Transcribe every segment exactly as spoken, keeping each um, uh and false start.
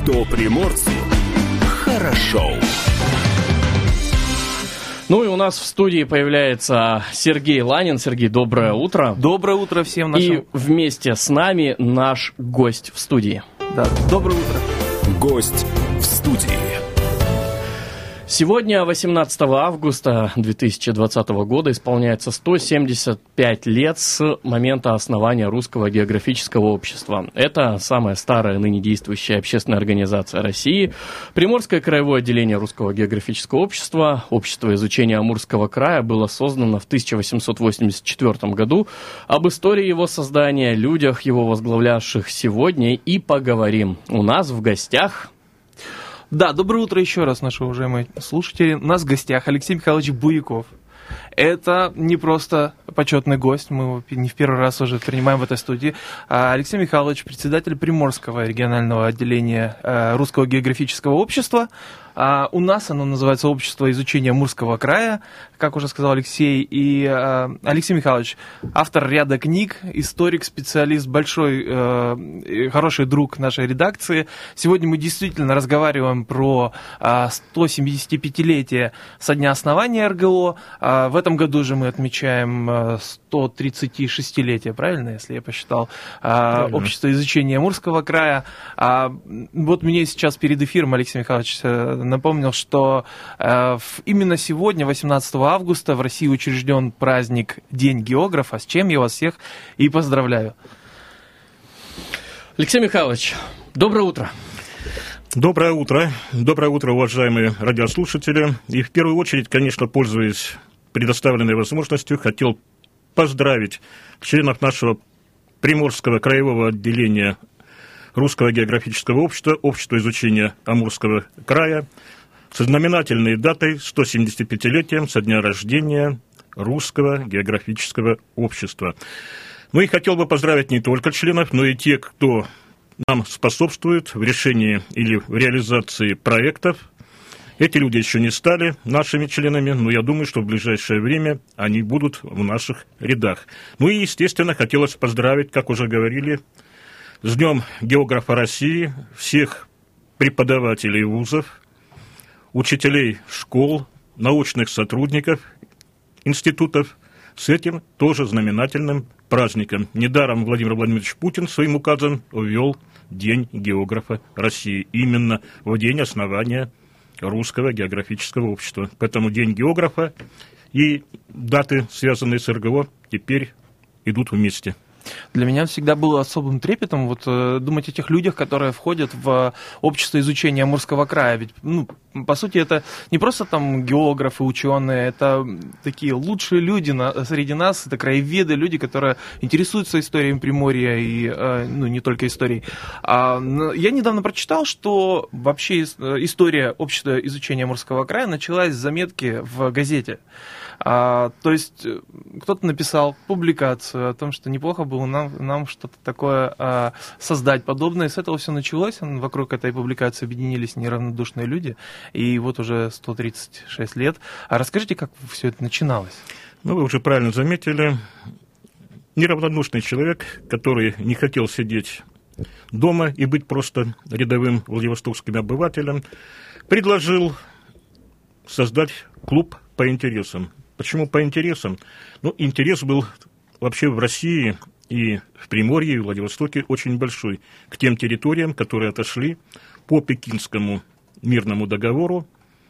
что приморцу хорошо. Ну и у нас в студии появляется Сергей Ланин. Сергей, доброе утро. Доброе утро всем нашим. И вместе с нами наш гость в студии. Да, доброе утро. Гость в студии. Сегодня, восемнадцатого августа две тысячи двадцатого года, исполняется сто семьдесят пять лет с момента основания Русского географического общества. Это самая старая ныне действующая общественная организация России. Приморское краевое отделение Русского географического общества, Общество изучения Амурского края, было создано в тысяча восемьсот восемьдесят четвёртом году. Об истории его создания, людях, его возглавлявших сегодня и поговорим. У нас в гостях... Да, доброе утро еще раз, наши уважаемые слушатели. У нас в гостях Алексей Михайлович Буяков. Это не просто почетный гость, мы его не в первый раз уже принимаем в этой студии. Алексей Михайлович, председатель Приморского регионального отделения Русского географического общества. А у нас оно называется Общество изучения Амурского края, как уже сказал Алексей. И а, Алексей Михайлович, автор ряда книг, историк, специалист, большой, э, хороший друг нашей редакции. Сегодня мы действительно разговариваем про а, сто семидесятипятилетие со дня основания эр гэ о. А, в этом году же мы отмечаем сто тридцатишестилетие, правильно, если я посчитал, а, Общество изучения Амурского края. А, вот мне сейчас перед эфиром Алексей Михайлович напомнил, что э, именно сегодня, восемнадцатого августа, в России учрежден праздник День географа, с чем я вас всех и поздравляю. Алексей Михайлович, доброе утро. Доброе утро. Доброе утро, уважаемые радиослушатели. И в первую очередь, конечно, пользуясь предоставленной возможностью, хотел поздравить членов нашего Приморского краевого отделения Русского географического общества, Общества изучения Амурского края, со знаменательной датой сто семидесятипятилетием со дня рождения Русского географического общества. Ну и хотел бы поздравить не только членов, но и тех, кто нам способствует в решении или в реализации проектов. Эти люди еще не стали нашими членами, но я думаю, что в ближайшее время они будут в наших рядах. Ну и, естественно, хотелось поздравить, как уже говорили, с Днем географа России всех преподавателей вузов, учителей школ, научных сотрудников институтов с этим тоже знаменательным праздником. Недаром Владимир Владимирович Путин своим указом ввел День географа России именно в день основания Русского географического общества. Поэтому День географа и даты, связанные с эр гэ о, теперь идут вместе. Для меня всегда было особым трепетом вот, э, думать о тех людях, которые входят в общество изучения Амурского края. Ведь, ну, по сути, это не просто там географы, ученые, это такие лучшие люди на, среди нас, это краеведы, люди, которые интересуются историей Приморья и э, ну, не только историей. А, я недавно прочитал, что вообще история общества изучения Амурского края началась с заметки в газете. А, то есть кто-то написал публикацию о том, что неплохо было нам, нам что-то такое а, создать подобное. И с этого все началось. Вокруг этой публикации объединились неравнодушные люди. И вот уже сто тридцать шесть лет. А расскажите, как все это начиналось? Ну, вы уже правильно заметили. Неравнодушный человек, который не хотел сидеть дома и быть просто рядовым владивостокским обывателем, предложил создать клуб по интересам. Почему по интересам? Ну, интерес был вообще в России и в Приморье, и в Владивостоке очень большой к тем территориям, которые отошли по Пекинскому мирному договору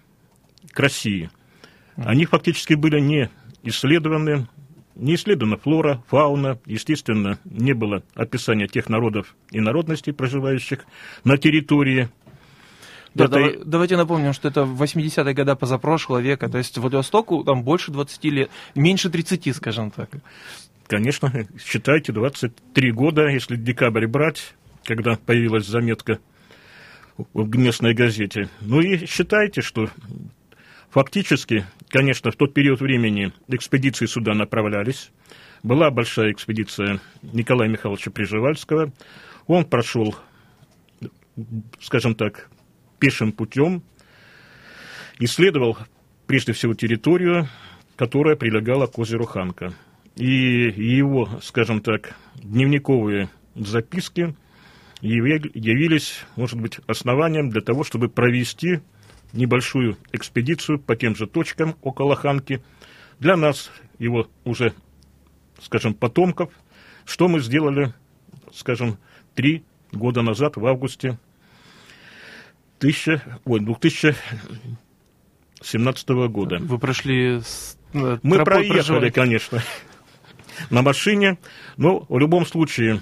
к России. Они фактически были не исследованы, не исследована флора, фауна, естественно, не было описания тех народов и народностей, проживающих на территории. Да, это... давай, давайте напомним, что это восьмидесятые годы позапрошлого века, то есть Владивостоку там больше двадцати лет, меньше тридцати, скажем так. Конечно, считайте, двадцать три года, если декабрь брать, когда появилась заметка в местной газете. Ну и считайте, что фактически, конечно, в тот период времени экспедиции сюда направлялись. Была большая экспедиция Николая Михайловича Приживальского. Он прошел, скажем так, пешим путем, исследовал прежде всего территорию, которая прилегала к озеру Ханка. И его, скажем так, дневниковые записки явились, может быть, основанием для того, чтобы провести небольшую экспедицию по тем же точкам около Ханки. Для нас, его уже, скажем, потомков, что мы сделали, скажем, три года назад, в августе две тысячи семнадцатого года. Вы прошли... С... Мы проехали, проживать. Конечно, на машине, но в любом случае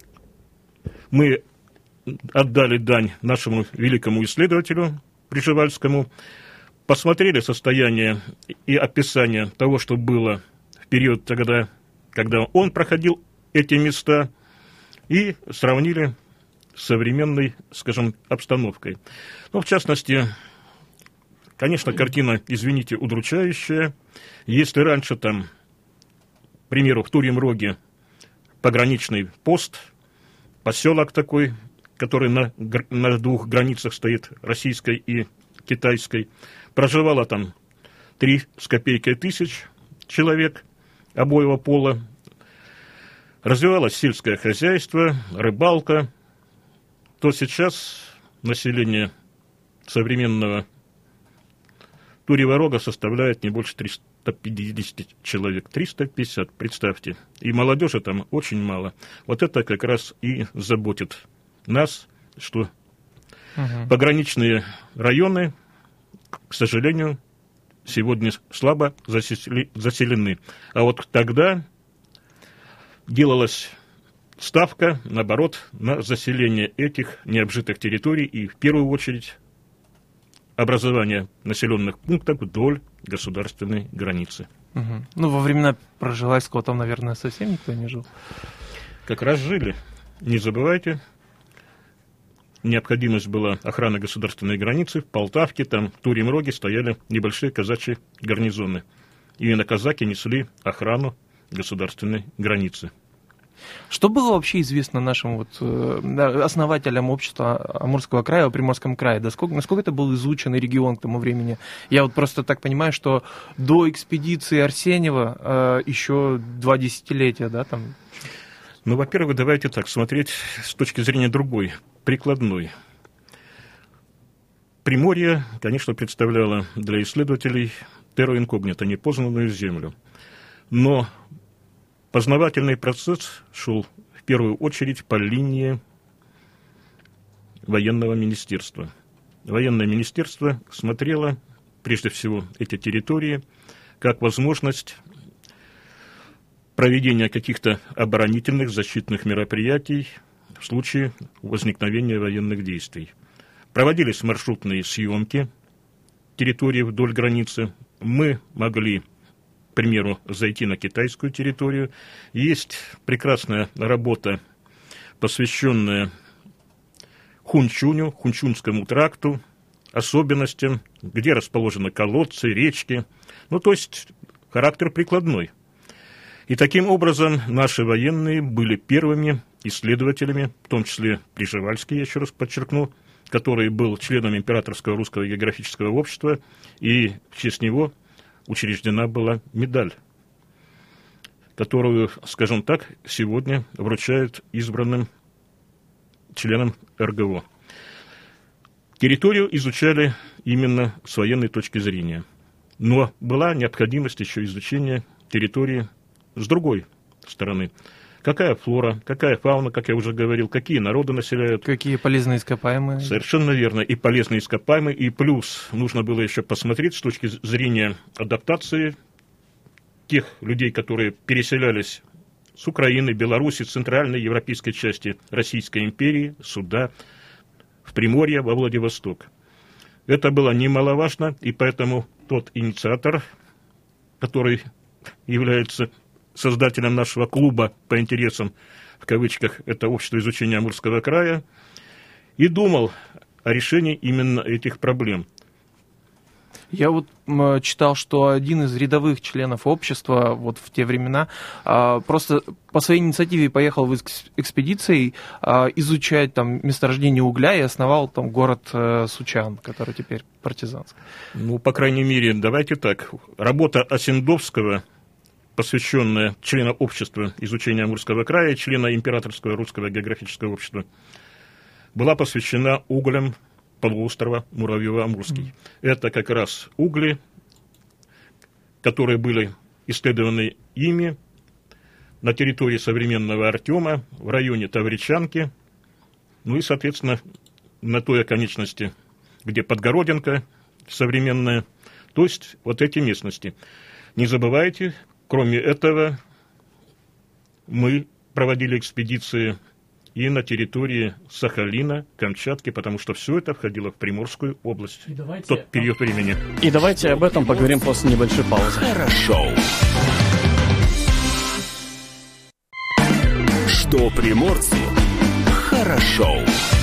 мы отдали дань нашему великому исследователю Пржевальскому, посмотрели состояние и описание того, что было в период тогда, когда он проходил эти места, и сравнили с современной, скажем, обстановкой. Ну, в частности, конечно, картина, извините, удручающая. Если раньше там, к примеру, в Турьем Роге пограничный пост, поселок такой, который на, на двух границах стоит, российской и китайской, проживало там три с копейкой тысяч человек обоего пола, развивалось сельское хозяйство, рыбалка, то сейчас население современного Турьего Рога составляет не больше триста пятьдесят человек. триста пятьдесят, представьте. И молодежи там очень мало. Вот это как раз и заботит нас, что угу. пограничные районы, к сожалению, сегодня слабо заселены. А вот тогда делалась ставка, наоборот, на заселение этих необжитых территорий и, в первую очередь, образование населенных пунктов вдоль государственной границы. Угу. Ну, во времена Пржевальского там, наверное, совсем никто не жил. Как раз жили. Не забывайте, необходимость была охраны государственной границы. В Полтавке, там, в Турьем Роге стояли небольшие казачьи гарнизоны. Именно казаки несли охрану государственной границы. Что было вообще известно нашим вот, основателям общества Амурского края, о Приморском крае? Насколько, насколько это был изученный регион к тому времени? Я вот просто так понимаю, что до экспедиции Арсеньева э, еще два десятилетия, да, там? Ну, во-первых, давайте так смотреть с точки зрения другой, прикладной. Приморье, конечно, представляло для исследователей терра инкогнито, непознанную землю. Но познавательный процесс шел в первую очередь по линии военного министерства. Военное министерство смотрело, прежде всего, эти территории как возможность проведения каких-то оборонительных, защитных мероприятий в случае возникновения военных действий. Проводились маршрутные съемки территории вдоль границы. Мы могли, к примеру, зайти на китайскую территорию. Есть прекрасная работа, посвященная Хунчуню, Хунчунскому тракту, особенностям, где расположены колодцы, речки. Ну, то есть характер прикладной. И таким образом наши военные были первыми исследователями, в том числе Пржевальский, я еще раз подчеркну, который был членом Императорского русского географического общества, и в честь него учреждена была медаль, которую, скажем так, сегодня вручают избранным членам эр гэ о. Территорию изучали именно с военной точки зрения. Но была необходимость еще изучения территории с другой стороны. Какая флора, какая фауна, как я уже говорил, какие народы населяют. Какие полезные ископаемые. Совершенно верно. И полезные ископаемые, и плюс нужно было еще посмотреть с точки зрения адаптации тех людей, которые переселялись с Украины, Беларуси, центральной европейской части Российской империи, сюда, в Приморье, во Владивосток. Это было немаловажно, и поэтому тот инициатор, который является создателем нашего клуба по интересам, в кавычках, это общество изучения Амурского края, и думал о решении именно этих проблем. Я вот м, читал, что один из рядовых членов общества вот в те времена а, просто по своей инициативе поехал в экс- экспедиции а, изучать там месторождение угля и основал там город а, Сучан, который теперь партизанский. Ну, по крайней мере, давайте так. Работа Осендовского, посвященная членам общества изучения Амурского края, члена Императорского русского географического общества, была посвящена углям полуострова Муравьево-Амурский. Mm. Это как раз угли, которые были исследованы ими на территории современного Артема, в районе Тавричанки, ну и, соответственно, на той оконечности, где Подгороденка современная, то есть вот эти местности. Не забывайте, кроме этого, мы проводили экспедиции и на территории Сахалина, Камчатки, потому что все это входило в Приморскую область в тот период времени. И давайте об этом поговорим после небольшой паузы. Хорошо. Что приморцу хорошо.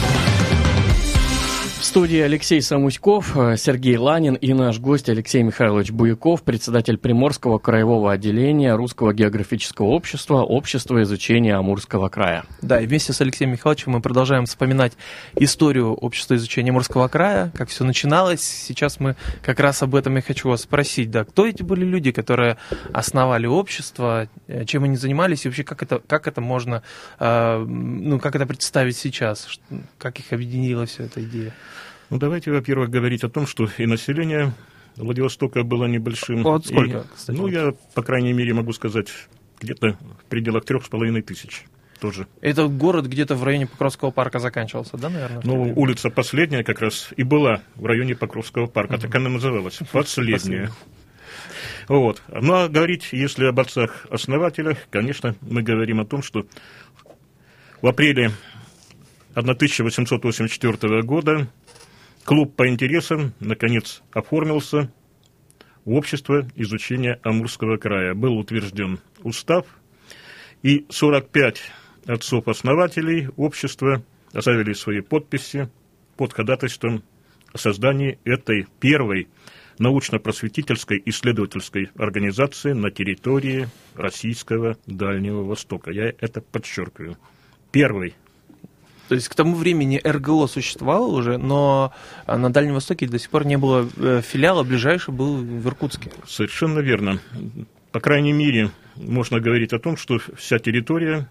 В студии Алексей Самуськов, Сергей Ланин и наш гость Алексей Михайлович Буяков, председатель Приморского краевого отделения Русского географического общества, Общества изучения Амурского края. Да, и вместе с Алексеем Михайловичем мы продолжаем вспоминать историю Общества изучения Амурского края, как все начиналось. Сейчас мы как раз об этом и хочу вас спросить. Да, кто эти были люди, которые основали общество, чем они занимались, и вообще как это, как это можно, ну, как это представить сейчас, как их объединила вся эта идея? Ну, давайте, во-первых, говорить о том, что и население Владивостока было небольшим. Вот сколько, и, кстати? Ну, я, по крайней мере, могу сказать, где-то в пределах трех с половиной тысяч тоже. Это город где-то в районе Покровского парка заканчивался, да, наверное? Ну, улица последняя как раз и была в районе Покровского парка, угу. Так она называлась, последняя. Вот. Ну, а говорить, если об отцах-основателях, конечно, мы говорим о том, что в апреле тысяча восемьсот восемьдесят четвёртого года клуб по интересам, наконец, оформился в Общество изучения Амурского края. Был утвержден устав, и сорок пять отцов-основателей общества оставили свои подписи под ходатайством о создании этой первой научно-просветительской исследовательской организации на территории российского Дальнего Востока. Я это подчеркиваю. Первой. То есть к тому времени эр гэ о существовало уже, но на Дальнем Востоке до сих пор не было филиала, ближайший был в Иркутске. Совершенно верно. По крайней мере, можно говорить о том, что вся территория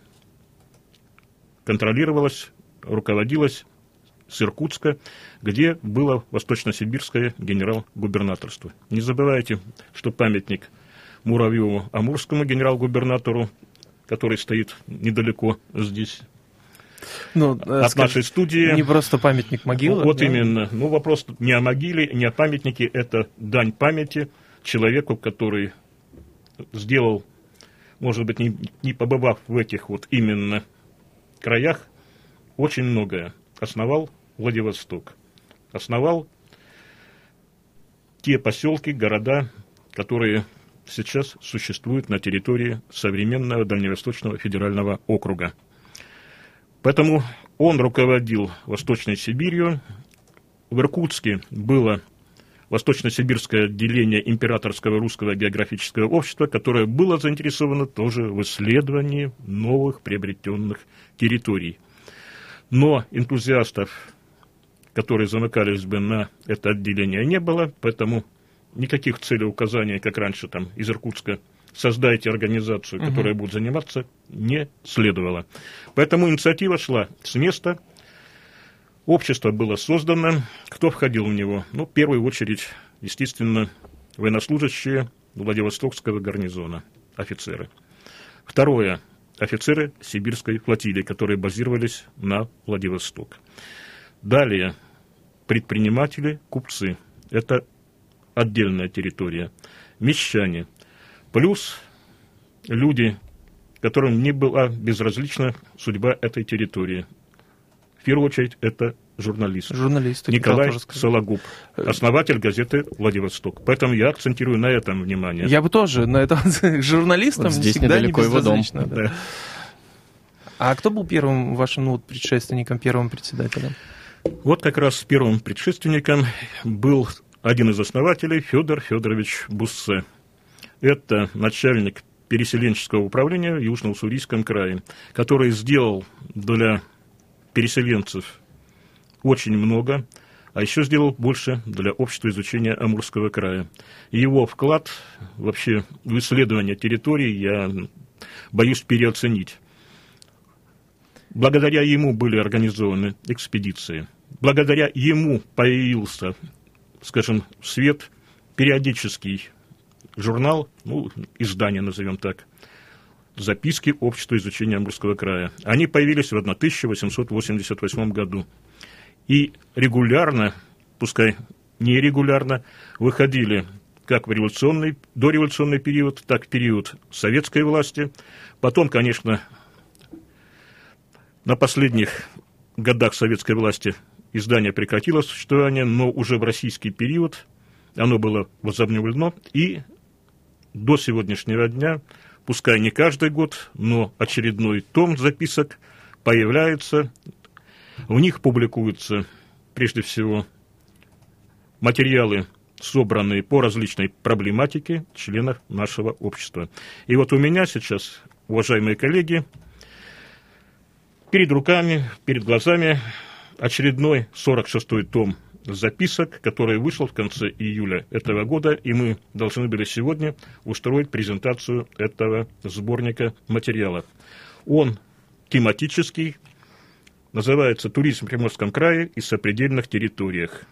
контролировалась, руководилась с Иркутска, где было Восточно-Сибирское генерал-губернаторство. Не забывайте, что памятник Муравьеву-Амурскому генерал-губернатору, который стоит недалеко здесь, ну, от скажем, нашей студии. Не просто памятник могилы. Вот да? именно. Ну, вопрос не о могиле, не о памятнике. Это дань памяти человеку, который сделал, может быть, не, не побывав в этих вот именно краях, очень многое. Основал Владивосток. Основал те поселки, города, которые сейчас существуют на территории современного Дальневосточного федерального округа. Поэтому он руководил Восточной Сибирью. В Иркутске было Восточно-Сибирское отделение Императорского русского географического общества, которое было заинтересовано тоже в исследовании новых приобретенных территорий. Но энтузиастов, которые замыкались бы на это отделение, не было, поэтому никаких целеуказаний, как раньше там из Иркутска, создайте организацию, которая угу. будет заниматься, не следовало. Поэтому инициатива шла с места. Общество было создано. Кто входил в него? Ну, в первую очередь, естественно, военнослужащие Владивостокского гарнизона, офицеры. Второе. Офицеры Сибирской флотилии, которые базировались на Владивосток. Далее. Предприниматели, купцы. Это отдельная территория. Мещане. Плюс люди, которым не была безразлична судьба этой территории. В первую очередь, это журналист. Журналист. Николай Сологуб, основатель газеты «Владивосток». Поэтому я акцентирую на этом внимание. Я бы тоже на этом журналистам вот здесь всегда недалеко не его дом. Да. Да. А кто был первым вашим ну, предшественником, первым председателем? Вот как раз первым предшественником был один из основателей, Федор Федорович Буссе. Это начальник переселенческого управления в Южно-Уссурийском крае, который сделал для переселенцев очень много, а еще сделал больше для общества изучения Амурского края. Его вклад вообще в исследование территории я боюсь переоценить. Благодаря ему были организованы экспедиции. Благодаря ему появился, скажем, в свет периодический журнал, ну, издание, назовем так, «Записки Общества изучения Амурского края». Они появились в тысяча восемьсот восемьдесят восьмом году. И регулярно, пускай нерегулярно, выходили как в революционный, дореволюционный период, так и в период советской власти. Потом, конечно, на последних годах советской власти издание прекратило существование, но уже в российский период оно было возобновлено, и до сегодняшнего дня, пускай не каждый год, но очередной том записок появляется. В них публикуются, прежде всего, материалы, собранные по различной проблематике членов нашего общества. И вот у меня сейчас, уважаемые коллеги, перед руками, перед глазами очередной сорок шестой том записок, который вышел в конце июля этого года, и мы должны были сегодня устроить презентацию этого сборника материалов. Он тематический, называется «Туризм в Приморском крае и сопредельных территориях».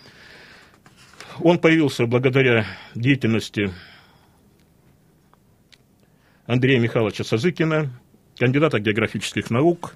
Он появился благодаря деятельности Андрея Михайловича Сазыкина, кандидата географических наук,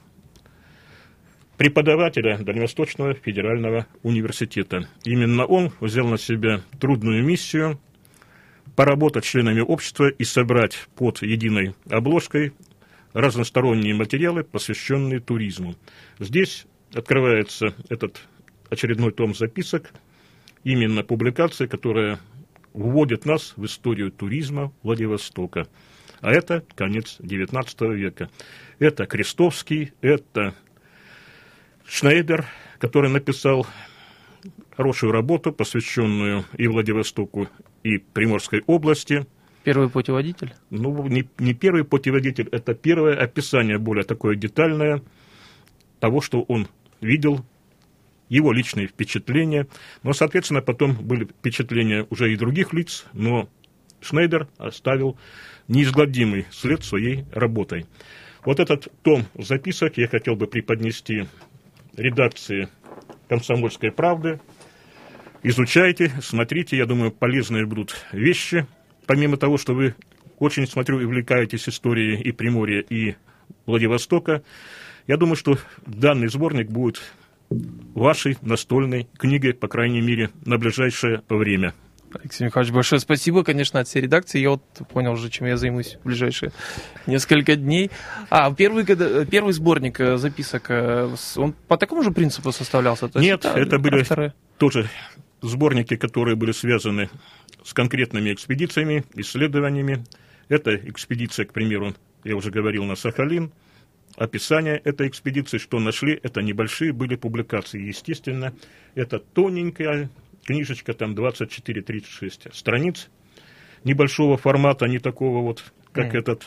преподавателя Дальневосточного федерального университета. Именно он взял на себя трудную миссию поработать с членами общества и собрать под единой обложкой разносторонние материалы, посвященные туризму. Здесь открывается этот очередной том записок, именно публикация, которая вводит нас в историю туризма Владивостока. А это конец девятнадцатого века. Это Крестовский, это Шнейдер, который написал хорошую работу, посвященную и Владивостоку, и Приморской области. Первый путеводитель? Ну, не, не первый путеводитель, это первое описание, более такое детальное, того, что он видел, его личные впечатления. Но, соответственно, потом были впечатления уже и других лиц, но Шнейдер оставил неизгладимый след своей работой. Вот этот том записок я хотел бы преподнести редакции «Комсомольской правды». Изучайте, смотрите, я думаю, полезные будут вещи. Помимо того, что вы очень, смотрю, увлекаетесь историей и Приморья, и Владивостока, я думаю, что данный сборник будет вашей настольной книгой, по крайней мере, на ближайшее время. Алексей Михайлович, большое спасибо, конечно, от всей редакции. Я вот понял уже, чем я займусь в ближайшие несколько дней. А, первый, первый сборник записок, он по такому же принципу составлялся? То Нет, есть, это были авторы... тоже сборники, которые были связаны с конкретными экспедициями, исследованиями. Это экспедиция, к примеру, я уже говорил, на Сахалин. Описание этой экспедиции, что нашли, это небольшие были публикации. Естественно, это тоненькая книжечка, там двадцать четыре тридцать шесть страниц, небольшого формата, не такого вот, как mm. этот.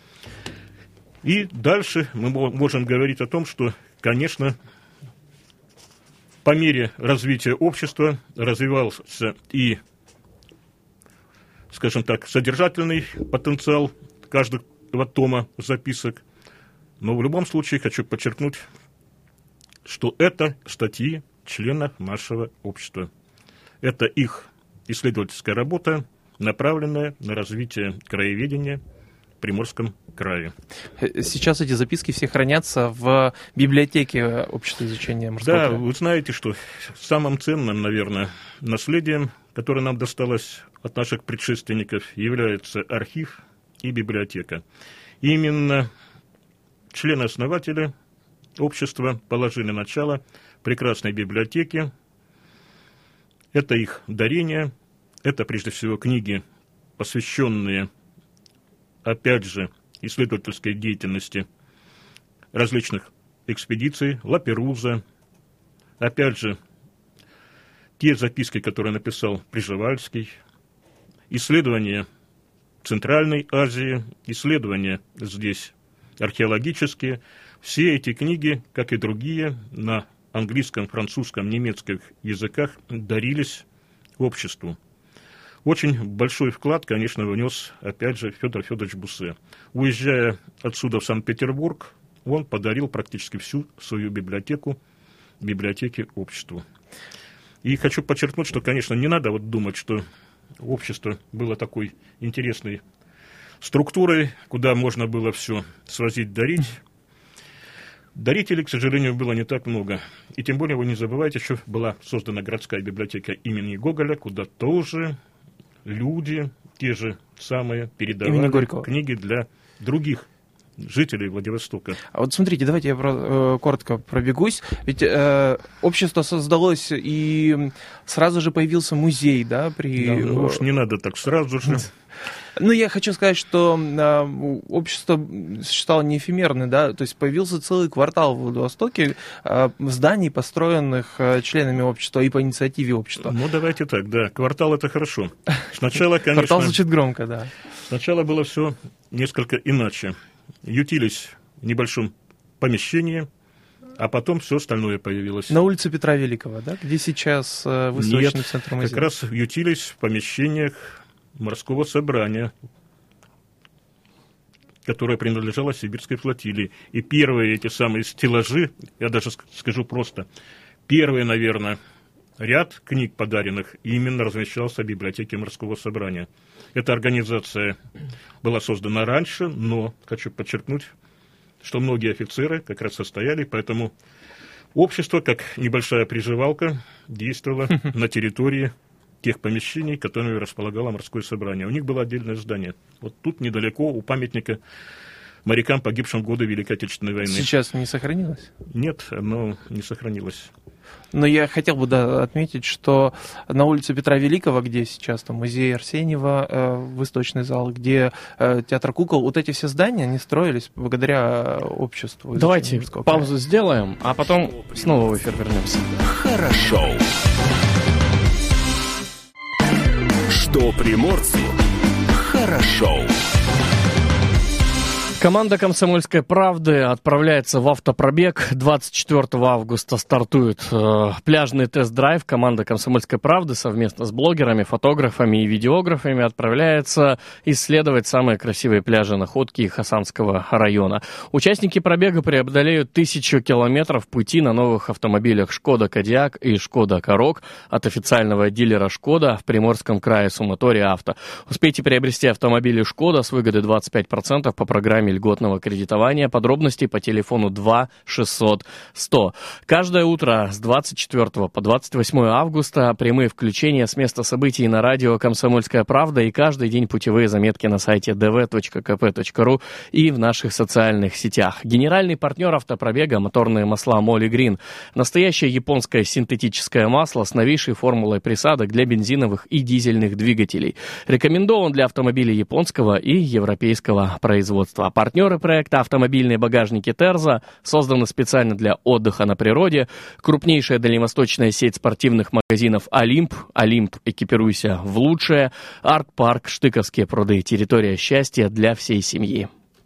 И дальше мы можем говорить о том, что, конечно, по мере развития общества развивался и, скажем так, содержательный потенциал каждого тома записок. Но в любом случае хочу подчеркнуть, что это статьи членов нашего общества. Это их исследовательская работа, направленная на развитие краеведения в Приморском крае. Сейчас эти записки все хранятся в библиотеке Общества изучения морского края. Да, вы знаете, что самым ценным, наверное, наследием, которое нам досталось от наших предшественников, является архив и библиотека. Именно члены-основатели общества положили начало прекрасной библиотеке. Это их дарение, это прежде всего книги, посвященные, опять же, исследовательской деятельности различных экспедиций, Лаперуза, опять же, те записки, которые написал Пржевальский, исследования Центральной Азии, исследования здесь археологические. Все эти книги, как и другие, на английском, французском, немецких языках дарились обществу. Очень большой вклад, конечно, внес, опять же, Федор Федорович Буссе. Уезжая отсюда в Санкт-Петербург, он подарил практически всю свою библиотеку, библиотеки обществу. И хочу подчеркнуть, что, конечно, не надо вот думать, что общество было такой интересной структурой, куда можно было все свозить, дарить. Дарителей, к сожалению, было не так много. И тем более вы не забывайте, что была создана городская библиотека имени Гоголя, куда тоже люди, те же самые, передавали книги для других жителей Владивостока. А вот смотрите, давайте я про, э, коротко пробегусь. Ведь э, общество создалось, и сразу же появился музей, да? При... Да, ну уж не надо так сразу же. Ну, я хочу сказать, что э, общество считало не эфемерным, да, то есть появился целый квартал в Владивостоке э, зданий, построенных э, членами общества и по инициативе общества. Ну, давайте так, да, квартал — это хорошо. Сначала, конечно... Квартал звучит громко, да. Сначала было все несколько иначе. Ютились в небольшом помещении, а потом все остальное появилось. На улице Петра Великого, да, где сейчас э, выставочный Нет, центр музея? Как раз ютились в помещениях морского собрания, которое принадлежало Сибирской флотилии. И первые эти самые стеллажи, я даже скажу просто, первый, наверное, ряд книг, подаренных, именно размещался в библиотеке морского собрания. Эта организация была создана раньше, но хочу подчеркнуть, что многие офицеры как раз состояли, поэтому общество, как небольшая приживалка, действовало на территории тех помещений, которыми располагало морское собрание. У них было отдельное здание. Вот тут недалеко у памятника морякам, погибшим в годы Великой Отечественной войны. Сейчас не сохранилось? Нет, оно не сохранилось. Но я хотел бы, да, отметить, что на улице Петра Великого, где сейчас там музей Арсеньева, э, выставочный зал, где э, театр кукол, вот эти все здания, они строились благодаря обществу. Давайте паузу сделаем, а потом снова в эфир вернемся. Хорошо. Что приморцу хорошо. Команда «Комсомольской правды» отправляется в автопробег. двадцать четвёртого августа стартует э, пляжный тест-драйв. Команда «Комсомольской правды» совместно с блогерами, фотографами и видеографами отправляется исследовать самые красивые пляжи находки Хасанского района. Участники пробега преодолеют тысячу километров пути на новых автомобилях «Шкода Кодиак» и «Шкода Корок» от официального дилера «Шкода» в Приморском крае Суматори Авто. Успейте приобрести автомобили «Шкода» с выгодой двадцать пять процентов по программе льготного кредитования. Подробности по телефону два шестьсот сто. Каждое утро с двадцать четвёртого по двадцать восьмое августа прямые включения с места событий на радио «Комсомольская правда» и каждый день путевые заметки на сайте ди ви точка ка пэ точка ру и в наших социальных сетях. Генеральный партнер автопробега — моторные масла Моли Грин. Настоящее японское синтетическое масло с новейшей формулой присадок для бензиновых и дизельных двигателей. Рекомендован для автомобилей японского и европейского производства. Партнеры проекта — автомобильные багажники «Терза», созданы специально для отдыха на природе. Крупнейшая дальневосточная сеть спортивных магазинов «Олимп». «Олимп», экипируйся в лучшее. «Арт-парк», Штыковские пруды, территория счастья для всей семьи.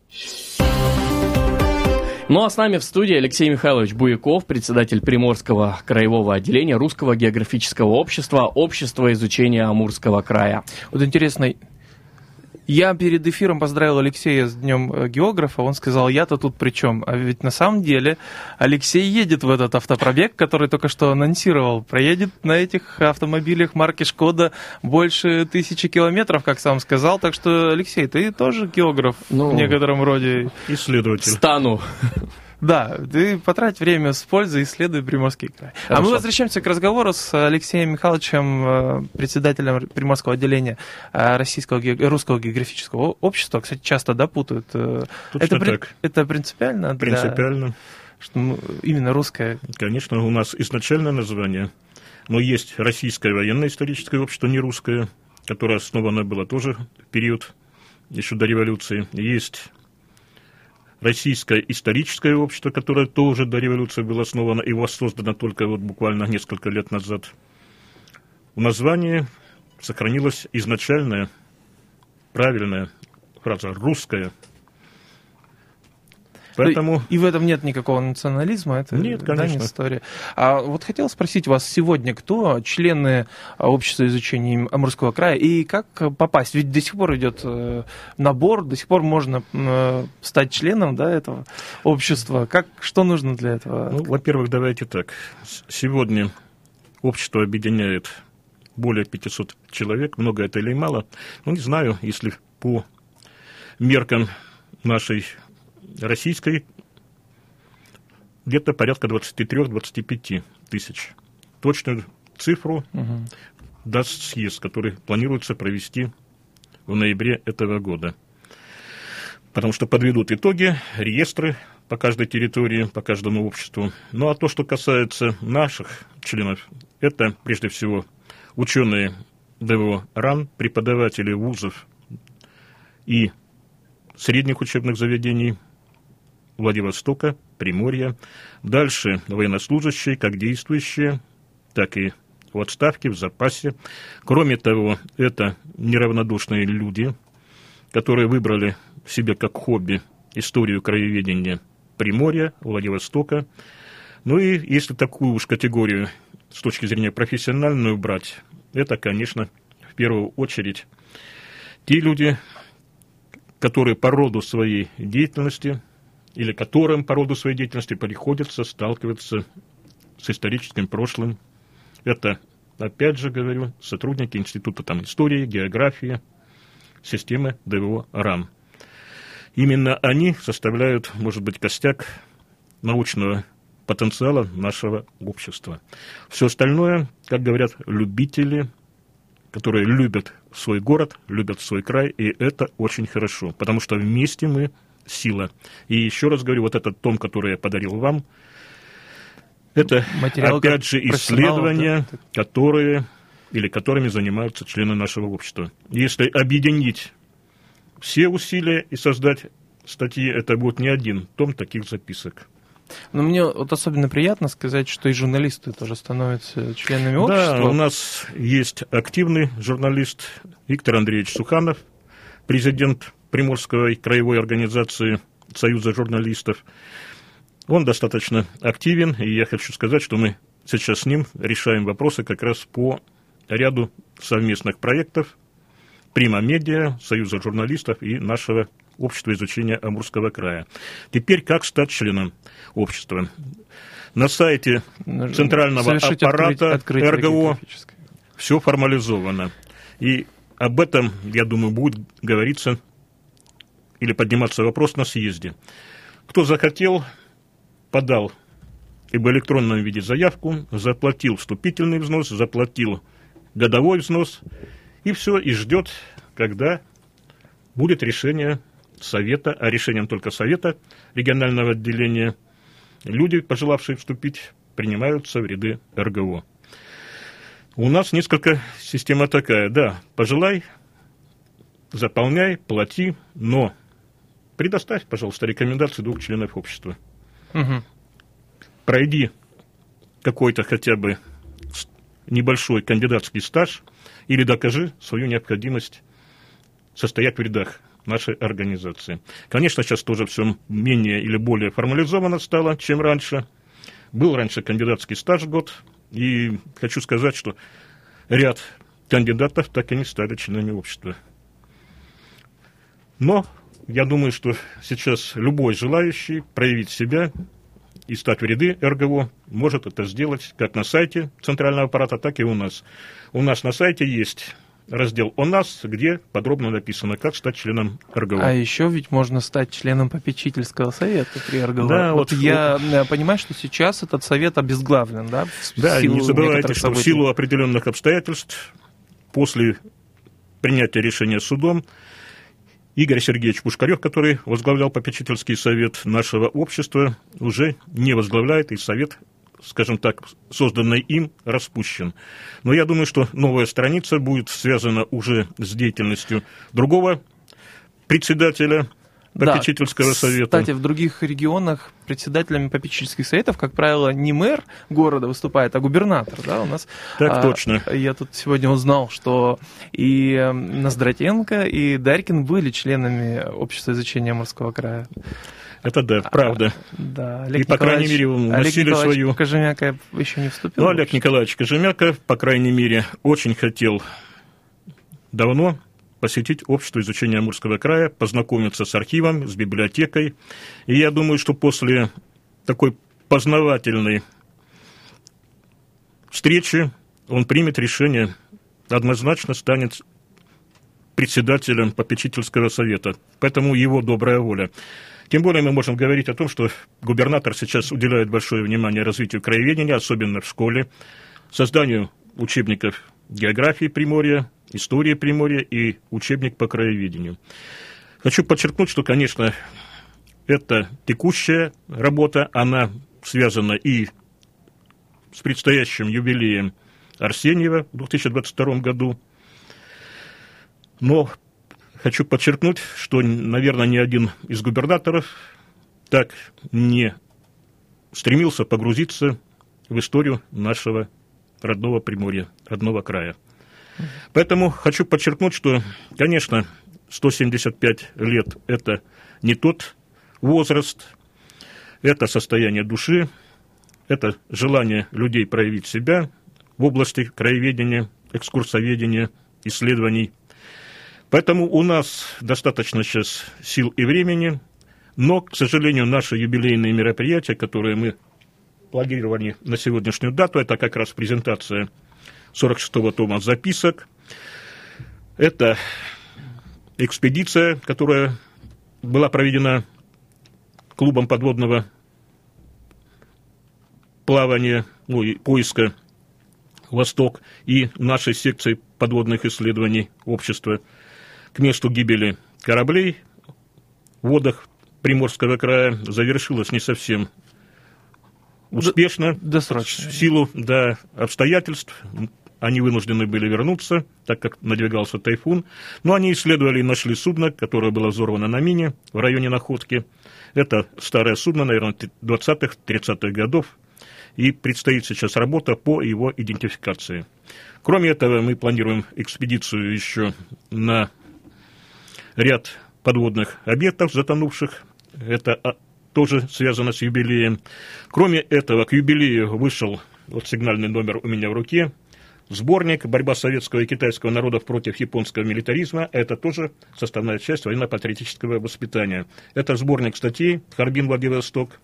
Ну а с нами в студии Алексей Михайлович Буяков, председатель Приморского краевого отделения Русского географического общества, Общества изучения Амурского края. Вот интересно... Я перед эфиром поздравил Алексея с Днем географа, он сказал, я-то тут при чем? А ведь на самом деле Алексей едет в этот автопробег, который только что анонсировал, проедет на этих автомобилях марки «Шкода» больше тысячи километров, как сам сказал, так что, Алексей, ты тоже географ ну, в некотором роде? Исследователь. Стану. Да, ты потрать время с пользой, исследуй Приморский край. Хорошо. А мы возвращаемся к разговору с Алексеем Михайловичем, председателем Приморского отделения Российского, Русского географического общества. Кстати, часто да, путают. Точно это, так. Это принципиально? Принципиально. Для, что именно русское? Конечно, у нас изначальное название, но есть Российское военно-историческое общество, не русское, которое основано было тоже в период еще до революции. Есть Российское историческое общество, которое тоже до революции было основано и воссоздано только вот буквально несколько лет назад. В названии сохранилась изначальная правильная фраза «русская». Поэтому... И в этом нет никакого национализма, это нет, конечно. Да, не история. А вот хотел спросить вас сегодня, кто члены общества изучения Амурского края и как попасть? Ведь до сих пор идет набор, до сих пор можно стать членом, да, этого общества. Как, что нужно для этого? Ну, во-первых, давайте так. Сегодня общество объединяет более пятисот человек. Много это или мало? Ну, не знаю, если по меркам нашей российской, где-то порядка двадцать три - двадцать пять тысяч. Точную цифру угу. даст съезд, который планируется провести в ноябре этого года. Потому что подведут итоги, реестры по каждой территории, по каждому обществу. Ну, а то, что касается наших членов, это, прежде всего, ученые ДВО РАН, преподаватели вузов и средних учебных заведений Владивостока, Приморья. Дальше военнослужащие, как действующие, так и в отставке, в запасе. Кроме того, это неравнодушные люди, которые выбрали себе как хобби историю краеведения Приморья, Владивостока. Ну и если такую уж категорию с точки зрения профессиональную брать, это, конечно, в первую очередь те люди, которые по роду своей деятельности или которым по роду своей деятельности приходится сталкиваться с историческим прошлым. Это, опять же говорю, сотрудники Института там, истории, географии, системы ДВО РАН. Именно они составляют, может быть, костяк научного потенциала нашего общества. Все остальное, как говорят, любители, которые любят свой город, любят свой край, и это очень хорошо, потому что вместе мы сила. И еще раз говорю, вот этот том, который я подарил вам, это, материал, опять же, исследования, да? которые, или которыми занимаются члены нашего общества. Если объединить все усилия и создать статьи, это будет не один том таких записок. Но мне вот особенно приятно сказать, что и журналисты тоже становятся членами общества. Да, у нас есть активный журналист Виктор Андреевич Суханов, президент Приморской краевой организации Союза журналистов. Он достаточно активен, и я хочу сказать, что мы сейчас с ним решаем вопросы как раз по ряду совместных проектов Прима Медиа, Союза журналистов и нашего общества изучения Амурского края. Теперь как стать членом общества? На сайте центрального Совершить аппарата открыть, РГО все формализовано. И об этом, я думаю, будет говориться или подниматься вопрос на съезде. Кто захотел, подал и в электронном виде заявку, заплатил вступительный взнос, заплатил годовой взнос, и все, и ждет, когда будет решение совета, а решением только совета регионального отделения люди, пожелавшие вступить, принимаются в ряды РГО. У нас несколько система такая, да, пожелай, заполняй, плати, но предоставь, пожалуйста, рекомендации двух членов общества. Угу. Пройди какой-то хотя бы небольшой кандидатский стаж или докажи свою необходимость состоять в рядах нашей организации. Конечно, сейчас тоже все менее или более формализовано стало, чем раньше. Был раньше кандидатский стаж год, и хочу сказать, что ряд кандидатов так и не стали членами общества. Но я думаю, что сейчас любой желающий проявить себя и стать в ряды РГО может это сделать как на сайте центрального аппарата, так и у нас. У нас на сайте есть раздел «О нас», где подробно написано, как стать членом РГО. А еще ведь можно стать членом попечительского совета при РГО. Да, вот вот я вот. понимаю, что сейчас этот совет обезглавлен, да? В да, силу не забывайте, что событий. в силу определенных обстоятельств, после принятия решения судом, Игорь Сергеевич Пушкарев, который возглавлял попечительский совет нашего общества, уже не возглавляет, и совет, скажем так, созданный им, распущен. Но я думаю, что новая страница будет связана уже с деятельностью другого председателя попечительского да, совета. Кстати, в других регионах председателями попечительских советов, как правило, не мэр города выступает, а губернатор. Да, у нас, так а, точно. Я тут сегодня узнал, что и Ноздратенко, и Дарькин были членами общества изучения Амурского края. Это да, правда. А, да, Олег и, по крайней мере, носили свою... Кожемяка еще не вступил. Ну, Олег Николаевич Кожемяка, по крайней мере, очень хотел давно посетить общество изучения Амурского края, познакомиться с архивом, с библиотекой. И я думаю, что после такой познавательной встречи он примет решение, однозначно станет председателем попечительского совета. Поэтому его добрая воля. Тем более мы можем говорить о том, что губернатор сейчас уделяет большое внимание развитию краеведения, особенно в школе, созданию учебников географии Приморья, истории Приморья и учебник по краеведению. Хочу подчеркнуть, что, конечно, это текущая работа, она связана и с предстоящим юбилеем Арсеньева в две тысячи двадцать втором году. Но хочу подчеркнуть, что, наверное, ни один из губернаторов так не стремился погрузиться в историю нашего родного Приморья, родного края. Поэтому хочу подчеркнуть, что, конечно, сто семьдесят пять лет – это не тот возраст, это состояние души, это желание людей проявить себя в области краеведения, экскурсоведения, исследований. Поэтому у нас достаточно сейчас сил и времени, но, к сожалению, наши юбилейные мероприятия, которые мы планировали на сегодняшнюю дату, это как раз презентация сорок шестого тома записок, это экспедиция, которая была проведена клубом подводного плавания, ну, и поиска «Восток» и нашей секции подводных исследований общества к месту гибели кораблей в водах Приморского края завершилась не совсем успешно. Досрочно. В силу да, обстоятельств они вынуждены были вернуться, так как надвигался тайфун. Но они исследовали и нашли судно, которое было взорвано на мине в районе находки. Это старое судно, наверное, двадцатых-тридцатых годов. И предстоит сейчас работа по его идентификации. Кроме этого, мы планируем экспедицию еще на ряд подводных объектов, затонувших. Это тоже связано с юбилеем. Кроме этого, к юбилею вышел, вот сигнальный номер у меня в руке, сборник «Борьба советского и китайского народов против японского милитаризма». Это тоже составная часть военно-патриотического воспитания. Это сборник статей «Харбин-Владивосток».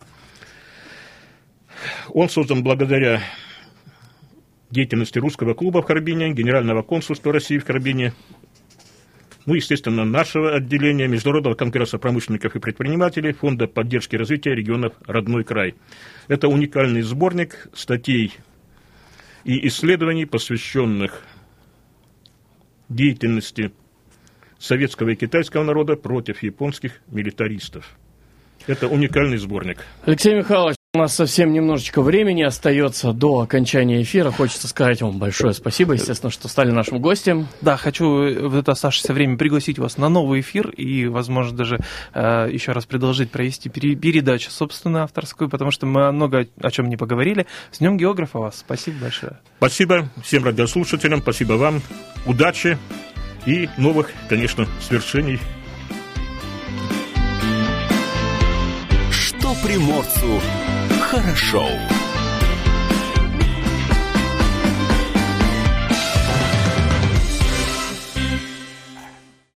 Он создан благодаря деятельности русского клуба в Харбине, Генерального консульства России в Харбине, ну, естественно, нашего отделения Международного конгресса промышленников и предпринимателей, Фонда поддержки и развития регионов «Родной край». Это уникальный сборник статей и исследований, посвященных деятельности советского и китайского народа против японских милитаристов. Это уникальный сборник. Алексей Михайлович, у нас совсем немножечко времени остается до окончания эфира. Хочется сказать вам большое спасибо, естественно, что стали нашим гостем. Да, хочу в это оставшееся время пригласить вас на новый эфир и, возможно, даже э, еще раз предложить провести пере- передачу, собственно, авторскую, потому что мы много о чем не поговорили. С Днем географа вас. Спасибо большое. Спасибо всем радиослушателям, спасибо вам. Удачи и новых, конечно, свершений. Что приморцу хорошо.